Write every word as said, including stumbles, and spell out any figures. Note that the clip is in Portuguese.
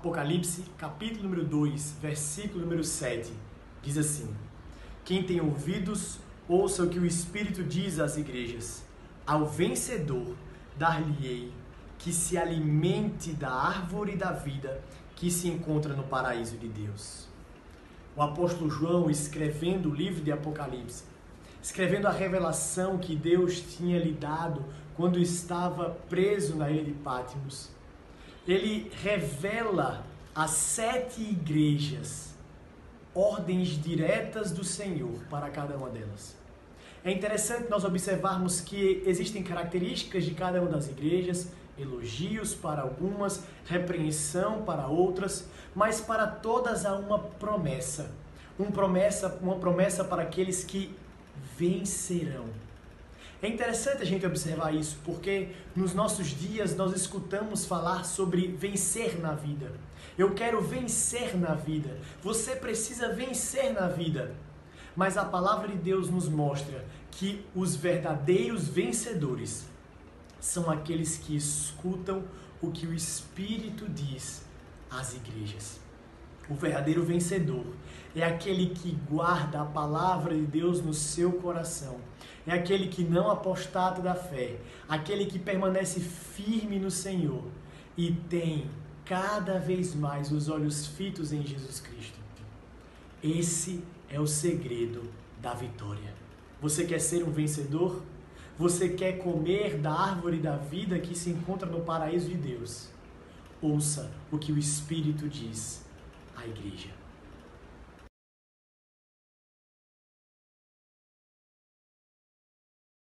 Apocalipse, capítulo número dois, versículo número sete, diz assim: Quem tem ouvidos, ouça o que o Espírito diz às igrejas. Ao vencedor dar-lhe-ei que se alimente da árvore da vida que se encontra no paraíso de Deus. O apóstolo João, escrevendo o livro de Apocalipse, escrevendo a revelação que Deus tinha lhe dado quando estava preso na ilha de Patmos, ele revela às sete igrejas ordens diretas do Senhor para cada uma delas. É interessante nós observarmos que existem características de cada uma das igrejas, elogios para algumas, repreensão para outras, mas para todas há uma promessa. Uma promessa, uma promessa para aqueles que vencerão. É interessante a gente observar isso, porque nos nossos dias nós escutamos falar sobre vencer na vida. Eu quero vencer na vida. Você precisa vencer na vida. Mas a palavra de Deus nos mostra que os verdadeiros vencedores são aqueles que escutam o que o Espírito diz às igrejas. O verdadeiro vencedor é aquele que guarda a palavra de Deus no seu coração. É aquele que não apostata da fé, aquele que permanece firme no Senhor e tem cada vez mais os olhos fitos em Jesus Cristo. Esse é o segredo da vitória. Você quer ser um vencedor? Você quer comer da árvore da vida que se encontra no paraíso de Deus? Ouça o que o Espírito diz à igreja.